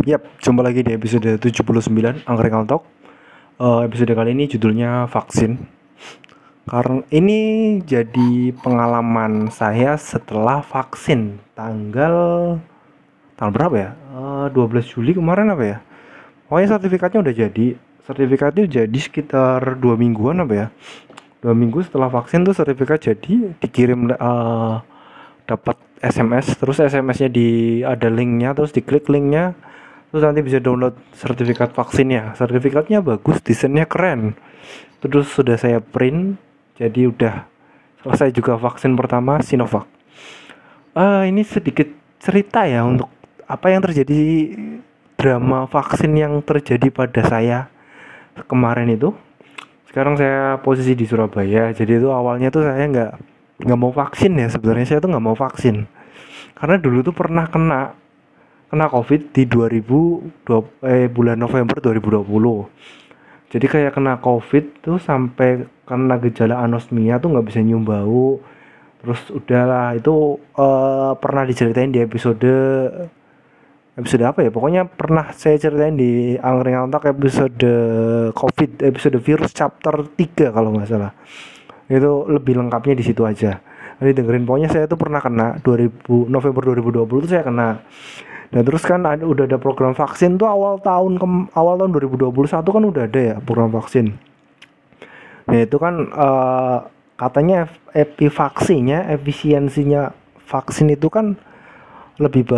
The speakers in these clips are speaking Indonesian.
Yap, jumpa lagi di episode 79 Angkringan Talk. Episode kali ini judulnya vaksin. Karena ini jadi pengalaman saya setelah vaksin tanggal berapa ya? 12 Juli kemarin apa ya? Pokoknya sertifikatnya udah jadi. Sertifikatnya jadi sekitar 2 mingguan apa ya? 2 minggu setelah vaksin tuh sertifikat jadi, dikirim dapat SMS, terus SMS-nya ada linknya, terus diklik linknya, terus nanti bisa download sertifikat vaksinnya. Sertifikatnya bagus, desainnya keren. Terus sudah saya print, jadi udah selesai juga vaksin pertama Sinovac. Ini sedikit cerita ya untuk apa yang terjadi, drama vaksin yang terjadi pada saya kemarin itu. Sekarang saya posisi di Surabaya, jadi itu awalnya tuh saya nggak mau vaksin ya. Sebenarnya saya tuh nggak mau vaksin karena dulu tuh pernah kena COVID di bulan November 2020. Jadi kayak kena COVID tuh sampai kena gejala anosmia tuh nggak bisa nyium bau. Terus udahlah itu pernah diceritain di episode apa ya, pokoknya pernah saya ceritain di Angkringan Talk episode COVID, episode virus chapter 3 kalau nggak salah. Itu lebih lengkapnya di situ aja. Nanti dengerin. Pokoknya saya tuh pernah kena November 2020 tuh saya kena. Nah terus kan udah ada program vaksin tuh awal tahun 2021 kan udah ada ya program vaksin. Nah itu kan katanya efisiensinya vaksin itu kan lebih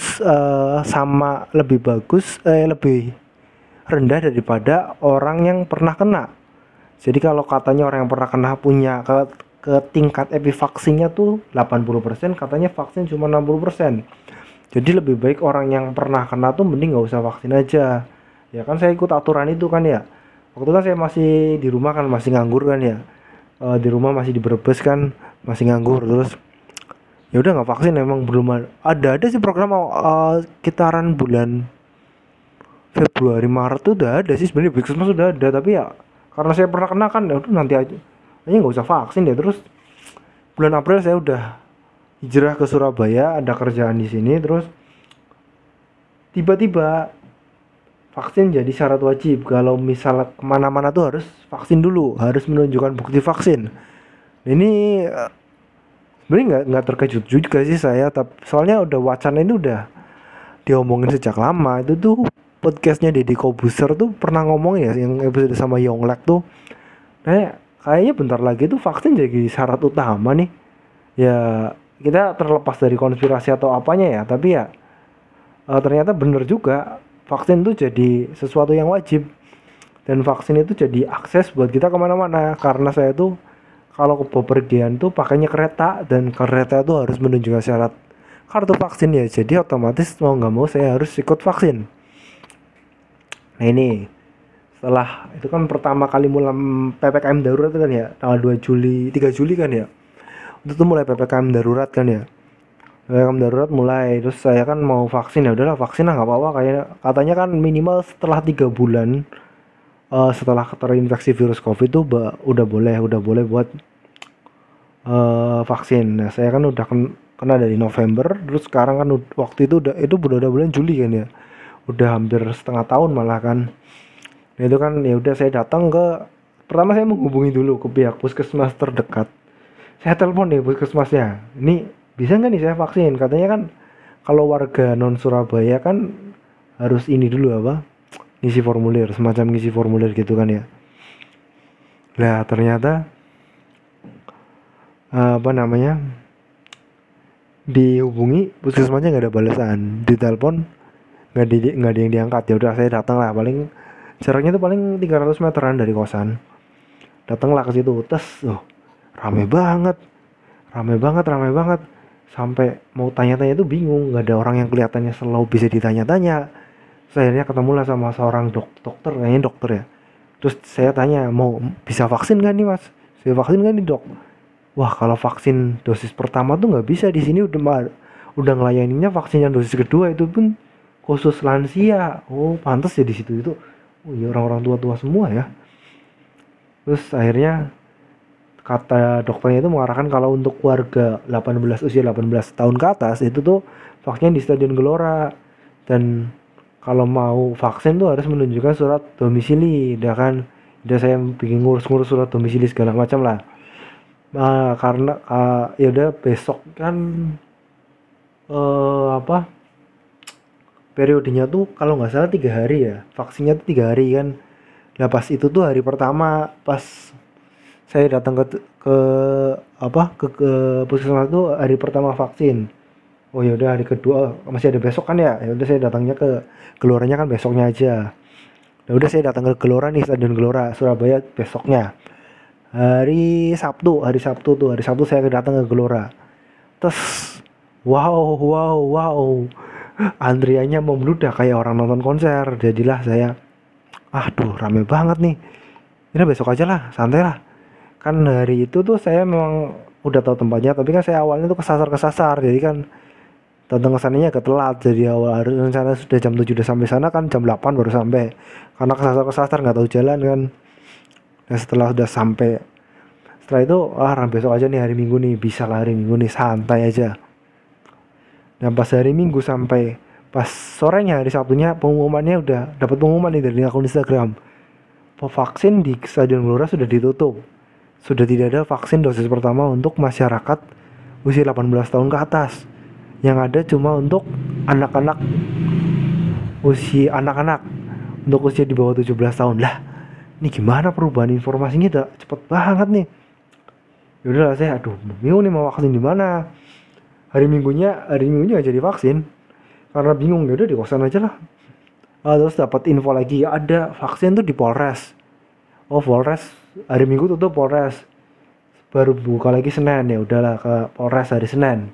rendah daripada orang yang pernah kena. Jadi kalau katanya orang yang pernah kena punya ke tingkat vaksinnya tuh 80%, katanya vaksin cuma 60%. Jadi lebih baik orang yang pernah kena tuh mending gak usah vaksin aja. Ya kan saya ikut aturan itu kan ya. Waktu kan saya masih di rumah kan, masih nganggur kan ya. Di rumah masih di Brebes kan, masih nganggur. Terus ya udah nggak vaksin, emang belum ada sih program kitaran bulan Februari Maret tuh udah ada sih sebenarnya, Puskesmas sudah ada, tapi ya karena saya pernah kena kan, ya udah nanti aja nggak usah vaksin deh. Terus bulan April saya udah hijrah ke Surabaya, ada kerjaan di sini, terus tiba-tiba vaksin jadi syarat wajib. Kalau misalnya kemana-mana tuh harus vaksin dulu, harus menunjukkan bukti vaksin. Ini sebenarnya nggak terkejut juga sih saya, tapi soalnya udah wacana itu udah diomongin sejak lama. Itu tuh podcastnya Deddy Kobuser tuh pernah ngomongin ya, yang episode sama Yonglek tuh. Nah kayaknya bentar lagi tuh vaksin jadi syarat utama nih. Ya kita terlepas dari konspirasi atau apanya ya, tapi ya ternyata bener juga, vaksin tuh jadi sesuatu yang wajib. Dan vaksin itu jadi akses buat kita kemana-mana. Karena saya tuh kalau ke bepergian tuh pakainya kereta, dan kereta tuh harus menunjukkan syarat kartu vaksin ya. Jadi otomatis mau nggak mau saya harus ikut vaksin. Nah ini setelah itu kan pertama kali mulai PPKM darurat kan ya, tanggal 3 Juli kan ya. Itu tuh mulai PPKM darurat kan ya. PPKM darurat mulai, terus saya kan mau vaksin, ya udahlah vaksin lah nggak apa-apa, kayak katanya kan minimal setelah 3 bulan setelah terinfeksi virus COVID tuh udah boleh buat vaksin. Nah saya kan udah kena dari November, terus sekarang kan waktu itu udah bulan Juli kan ya, udah hampir setengah tahun malah kan. Nah itu kan ya udah saya datang pertama saya menghubungi dulu ke pihak puskesmas terdekat. Saya telepon nih puskesmasnya, ini bisa nggak nih saya vaksin? Katanya kan kalau warga non Surabaya kan harus ini dulu ngisi formulir, semacam ngisi formulir gitu kan ya. Lah ternyata dihubungi puskesmasnya nggak ada balasan, ditelepon nggak ada yang diangkat. Ya udah saya datang lah, paling jaraknya tuh paling 300 meteran dari kosan. Datanglah ke situ, tes, rame banget, sampai mau tanya-tanya itu bingung, nggak ada orang yang kelihatannya slow bisa ditanya-tanya. Saya akhirnya ketemulah sama seorang dokter, kayaknya dokter ya. Terus saya tanya, mau bisa vaksin nggak nih mas? Saya vaksin nggak nih dok? Wah kalau vaksin dosis pertama tuh nggak bisa, di sini udah ngelayaninnya vaksin yang dosis kedua, itu pun khusus lansia. Oh pantas ya di situ itu. Oh iya, orang-orang tua-tua semua ya. Terus akhirnya kata dokternya itu mengarahkan kalau untuk warga usia 18 tahun ke atas itu tuh vaksinnya di Stadion Gelora. Dan kalau mau vaksin tuh harus menunjukkan surat domisili, udah kan, udah saya bikin ngurus-ngurus surat domisili segala macam lah. Karena ya udah besok kan apa periodenya tuh kalau nggak salah 3 hari ya, vaksinnya tuh 3 hari kan. Nah pas itu tuh hari pertama pas saya datang ke ke puskesmas tuh hari pertama vaksin. Oh ya udah hari kedua masih ada besok kan ya. Ya udah saya datangnya ke Geloranya kan besoknya aja. Ya udah saya datang ke Gelora nih, Stadion Gelora Surabaya besoknya. Hari Sabtu saya datang ke Gelora. Terus wow, antriannya membludak kayak orang nonton konser. Jadilah saya, aduh rame banget nih, ini besok aja lah, santai lah. Kan hari itu tuh saya memang udah tahu tempatnya, tapi kan saya awalnya tuh kesasar, jadi kan datang ke sananya agak telat. Jadi awal harus rencana sudah jam 7 udah sampai sana, kan jam 8 baru sampai, karena kesasar nggak tahu jalan kan. Dan setelah udah sampai, setelah itu besok aja nih, hari Minggu nih, bisa lah hari Minggu nih, santai aja. Dan pas hari Minggu sampai pas sorenya hari Sabtunya pengumumannya, udah dapat pengumuman nih dari akun Instagram, vaksin di Stadion Gelora sudah ditutup, sudah tidak ada vaksin dosis pertama untuk masyarakat usia 18 tahun ke atas. Yang ada cuma untuk anak-anak untuk usia di bawah 17 tahun. Lah, ini gimana perubahan informasinya udah cepet banget nih. Yaudah lah saya, bingung nih mau vaksin di mana. Hari minggunya gak jadi vaksin karena bingung. Yaudah di kosan aja lah. Terus dapat info lagi ada vaksin tuh di Polres. Oh Polres hari Minggu tutup, Polres baru buka lagi Senin. Ya udahlah ke Polres hari Senin.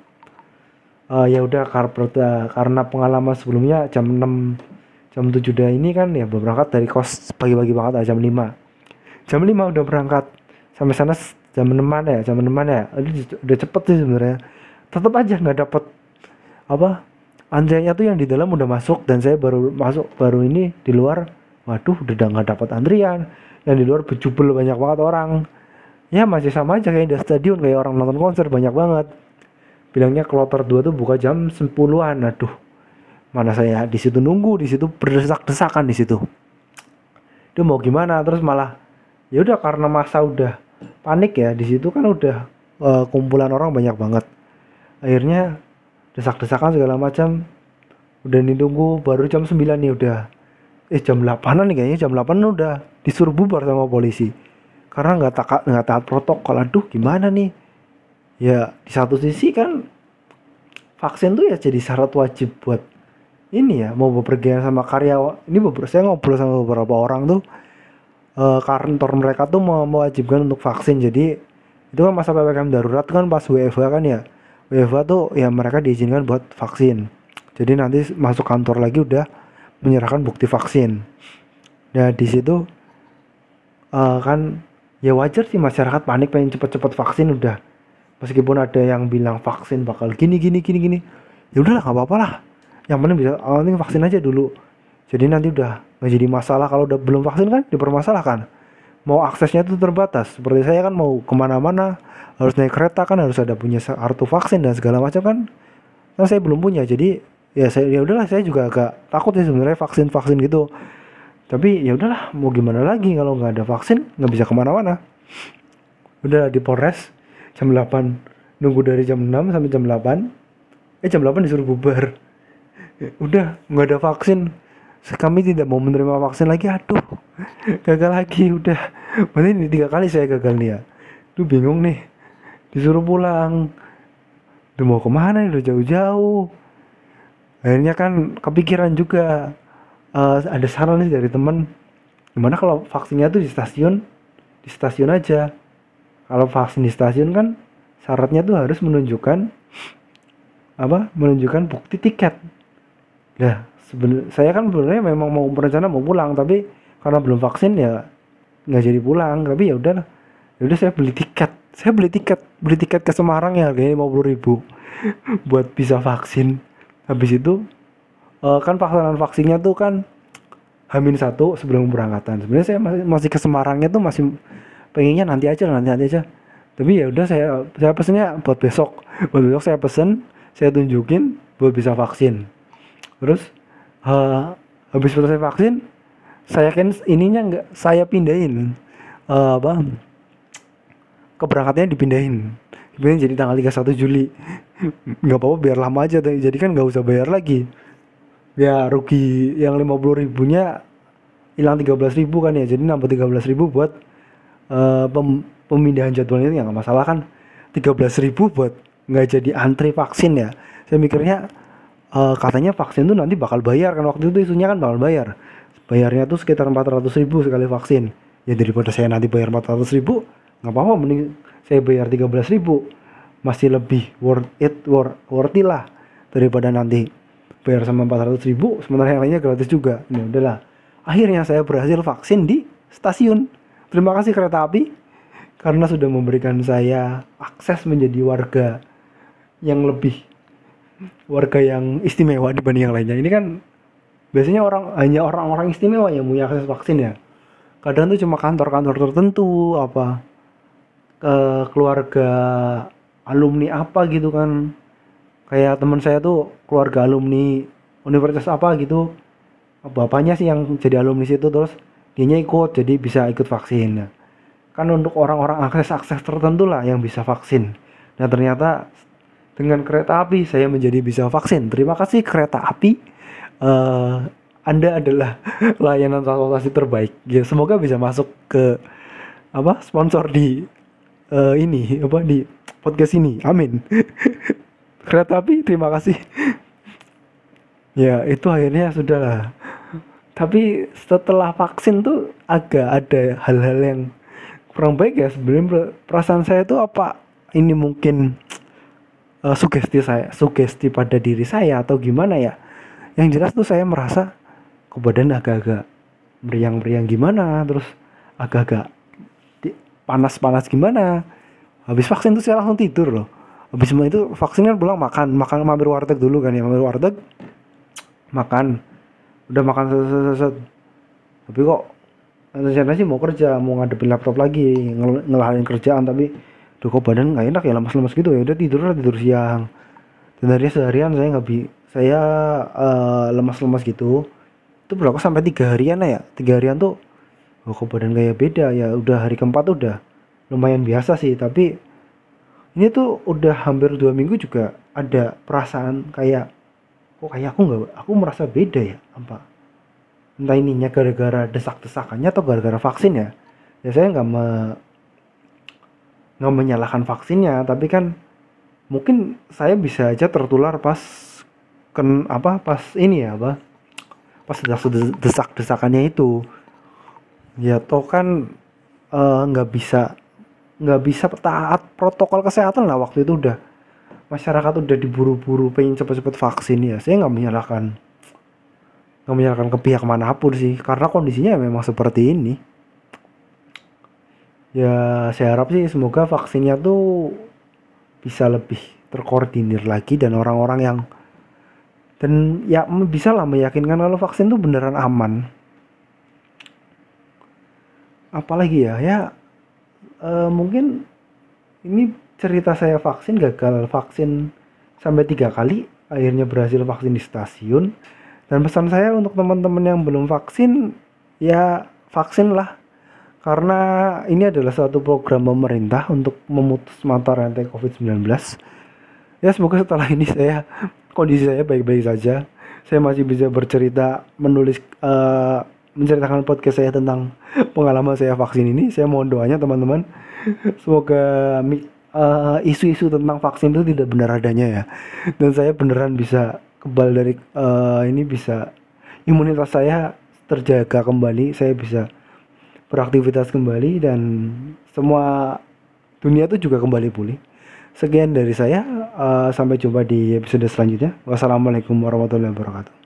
Ya udah karena pengalaman sebelumnya jam 6 jam 7 udah ini kan ya, belum berangkat dari kos pagi-pagi banget jam 5 udah berangkat sampai sana jam 6 ya. Udah cepet sih sebenarnya, tetap aja nggak dapet antriannya tuh. Yang di dalam udah masuk dan saya baru ini di luar. Waduh udah nggak dapat antrian. Yang di luar berjubel banyak banget orang. Ya masih sama aja kayak di stadion, kayak orang nonton konser banyak banget. Bilangnya kloter 2 tuh buka jam 10-an. Aduh, mana saya di situ nunggu, di situ berdesak-desakan di situ. Itu mau gimana? Terus malah ya udah karena masa udah panik ya, di situ kan udah kumpulan orang banyak banget. Akhirnya desak-desakan segala macam. Udah nunggu baru jam 9 nih udah. Jam 8-an nih kayaknya, jam 8 udah disuruh bubar sama polisi. Karena nggak taat protokol. Aduh, gimana nih? Ya di satu sisi kan vaksin tuh ya jadi syarat wajib buat ini ya, mau bepergian sama karyawan. Saya ngobrol sama beberapa orang tuh, kantor mereka tuh mewajibkan untuk vaksin. Jadi itu kan masa PPKM darurat kan, pas WFH kan ya. WFH tuh ya mereka diizinkan buat vaksin. Jadi nanti masuk kantor lagi udah menyerahkan bukti vaksin. Nah di situ kan ya wajar sih masyarakat panik pengen cepet-cepet vaksin udah. Meskipun ada yang bilang vaksin bakal gini. Ya udahlah nggak apa-apa lah. Yang penting penting vaksin aja dulu. Jadi nanti udah nggak jadi masalah. Kalau udah belum vaksin kan dipermasalahkan. Mau aksesnya tuh terbatas. Seperti saya kan mau kemana-mana harus naik kereta kan, harus ada punya kartu vaksin dan segala macam kan. Kan saya belum punya. Jadi ya udahlah, saya juga agak takut sih sebenarnya vaksin gitu. Tapi ya udahlah, mau gimana lagi kalau nggak ada vaksin nggak bisa kemana-mana. Udah di Polres jam 8, nunggu dari jam 6 sampai jam 8. Jam 8 disuruh bubar. Udah nggak ada vaksin, kami tidak mau menerima vaksin lagi. Aduh, gagal lagi. Udah berarti ini 3 kali saya gagal nih ya. Tuh bingung nih, disuruh pulang. Udah mau kemana nih, udah jauh-jauh. Akhirnya kan kepikiran juga, ada saran nih dari temen, gimana kalau vaksinnya tuh di stasiun aja. Kalau vaksin di stasiun kan syaratnya tuh harus menunjukkan bukti tiket. Nah saya kan sebenarnya memang mau berencana mau pulang, tapi karena belum vaksin ya nggak jadi pulang. Tapi ya udah saya beli tiket ke Semarang ya, harganya 50.000 buat bisa vaksin. Habis itu kan pelaksanaan vaksinnya tuh kan H-1 sebelum berangkatan. Sebenarnya saya masih ke Semarangnya tuh masih pengennya nanti aja. Tapi ya udah saya pesennya buat besok saya pesen, saya tunjukin buat bisa vaksin. Terus Habis selesai vaksin, saya kan ininya nggak saya pindahin, apa, keberangkatannya dipindahin jadi tanggal 31 Juli. Nggak apa-apa, biar lama aja, jadi kan nggak usah bayar lagi, ya rugi yang 50 ribunya hilang 13 ribu kan ya, jadi nambah 13 ribu buat pemindahan jadwalnya. Itu ya nggak masalah kan, 13 ribu buat nggak jadi antri vaksin ya. Saya mikirnya katanya vaksin tuh nanti bakal bayar kan, waktu itu isunya kan bakal bayarnya tuh sekitar 400 ribu sekali vaksin. Ya daripada saya nanti bayar 400 ribu, nggak apa-apa, mending saya bayar 13 ribu, masih lebih worthy lah daripada nanti bayar sama 400 ribu sementara yang lainnya gratis juga. Ya udahlah, akhirnya saya berhasil vaksin di stasiun. Terima kasih kereta api karena sudah memberikan saya akses menjadi warga yang istimewa dibanding yang lainnya. Ini kan biasanya hanya orang-orang istimewa yang punya akses vaksin ya. Kadang tuh cuma kantor-kantor tertentu, apa, keluarga alumni apa gitu kan. Kayak teman saya tuh keluarga alumni universitas apa gitu, bapaknya sih yang jadi alumni situ, terus dianya ikut jadi bisa ikut vaksin. Kan untuk orang-orang akses tertentu lah yang bisa vaksin. Nah ternyata dengan kereta api saya menjadi bisa vaksin. Terima kasih kereta api, Anda adalah layanan transportasi terbaik. Ya semoga bisa masuk ke sponsor di ini di podcast ini. Amin. Kereta api terima kasih. Ya itu akhirnya sudahlah. Tapi setelah vaksin tuh agak ada hal-hal yang kurang baik ya sebenarnya. Perasaan saya tuh apa ini mungkin sugesti pada diri saya atau gimana ya. Yang jelas tuh saya merasa ke badan agak-agak meriang-meriang gimana, terus agak-agak panas-panas gimana. Habis vaksin tuh saya langsung tidur loh. Habis semua itu vaksin kan pulang makan mampir warteg dulu kan ya, mampir warteg makan, udah makan set. Tapi kok rencana sih mau kerja, mau ngadepin laptop lagi, ngelaharin kerjaan, tapi duh kok badan nggak enak ya, lemas-lemas gitu ya. Udah tidur siang. Dan dari seharian saya lemas-lemas gitu. Itu berapa sampai 3 harian ya. 3 harian tuh kok badan kayak beda ya. Udah hari keempat udah lumayan biasa sih, tapi ini tuh udah hampir 2 minggu juga ada perasaan kayak kok kayak aku merasa beda ya, apa entah ininya gara-gara desak-desakannya atau gara-gara vaksin ya. Ya saya nggak menyalahkan vaksinnya, tapi kan mungkin saya bisa aja tertular pas pas desak-desakannya itu. Ya toh kan nggak bisa taat protokol kesehatan lah. Waktu itu masyarakat udah diburu-buru pengen cepet-cepet vaksin ya. Saya nggak menyalahkan ke pihak manapun sih, karena kondisinya memang seperti ini. Ya saya harap sih semoga vaksinnya tuh bisa lebih terkoordinir lagi dan ya bisa lah meyakinkan kalau vaksin tuh beneran aman. Apalagi ya mungkin ini cerita saya gagal vaksin sampai 3 kali, akhirnya berhasil vaksin di stasiun. Dan pesan saya untuk teman-teman yang belum vaksin, ya vaksin lah. Karena ini adalah suatu program pemerintah untuk memutus mata rantai COVID-19. Ya semoga setelah ini kondisi saya baik-baik saja. Saya masih bisa bercerita, menceritakan podcast saya tentang pengalaman saya vaksin ini. Saya mohon doanya teman-teman. Semoga isu-isu tentang vaksin itu tidak benar adanya ya. Dan saya beneran bisa kebal dari bisa imunitas saya terjaga kembali. Saya bisa beraktivitas kembali dan semua dunia itu juga kembali pulih. Sekian dari saya, sampai jumpa di episode selanjutnya. Wassalamualaikum warahmatullahi wabarakatuh.